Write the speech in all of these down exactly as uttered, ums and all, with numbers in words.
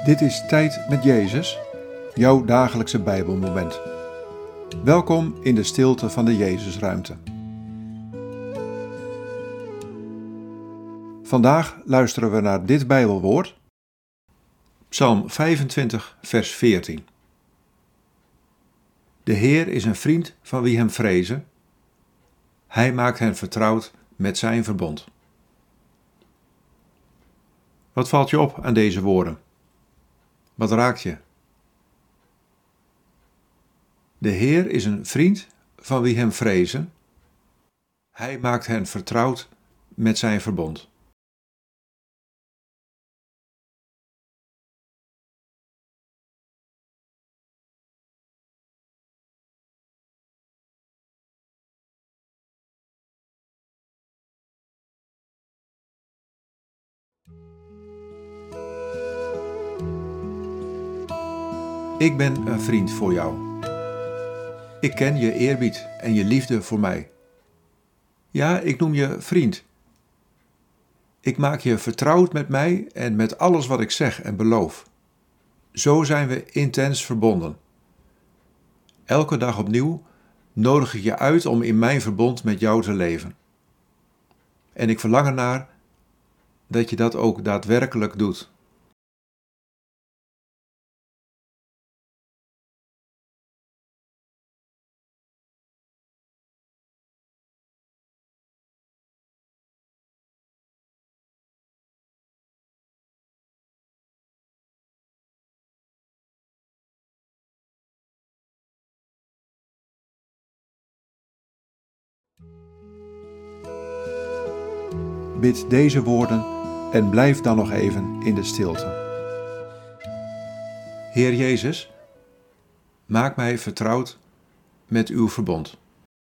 Dit is Tijd met Jezus, jouw dagelijkse Bijbelmoment. Welkom in de stilte van de Jezusruimte. Vandaag luisteren we naar dit Bijbelwoord, Psalm vijfentwintig, vers veertien. De Heer is een vriend van wie hem vrezen. Hij maakt hen vertrouwd met zijn verbond. Wat valt je op aan deze woorden? Wat raakt je? De Heer is een vriend van wie hem vrezen. Hij maakt hen vertrouwd met zijn verbond. Ik ben een vriend voor jou. Ik ken je eerbied en je liefde voor mij. Ja, ik noem je vriend. Ik maak je vertrouwd met mij en met alles wat ik zeg en beloof. Zo zijn we intens verbonden. Elke dag opnieuw nodig ik je uit om in mijn verbond met jou te leven. En ik verlang ernaar dat je dat ook daadwerkelijk doet. Bid deze woorden en blijf dan nog even in de stilte. Heer Jezus, maak mij vertrouwd met uw verbond.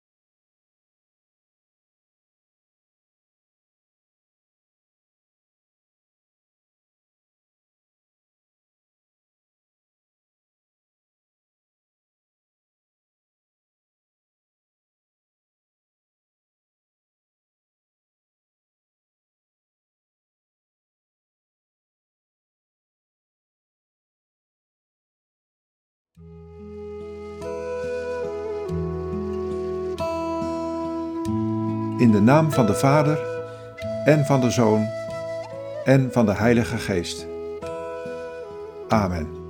In de naam van de Vader, en van de Zoon, en van de Heilige Geest. Amen.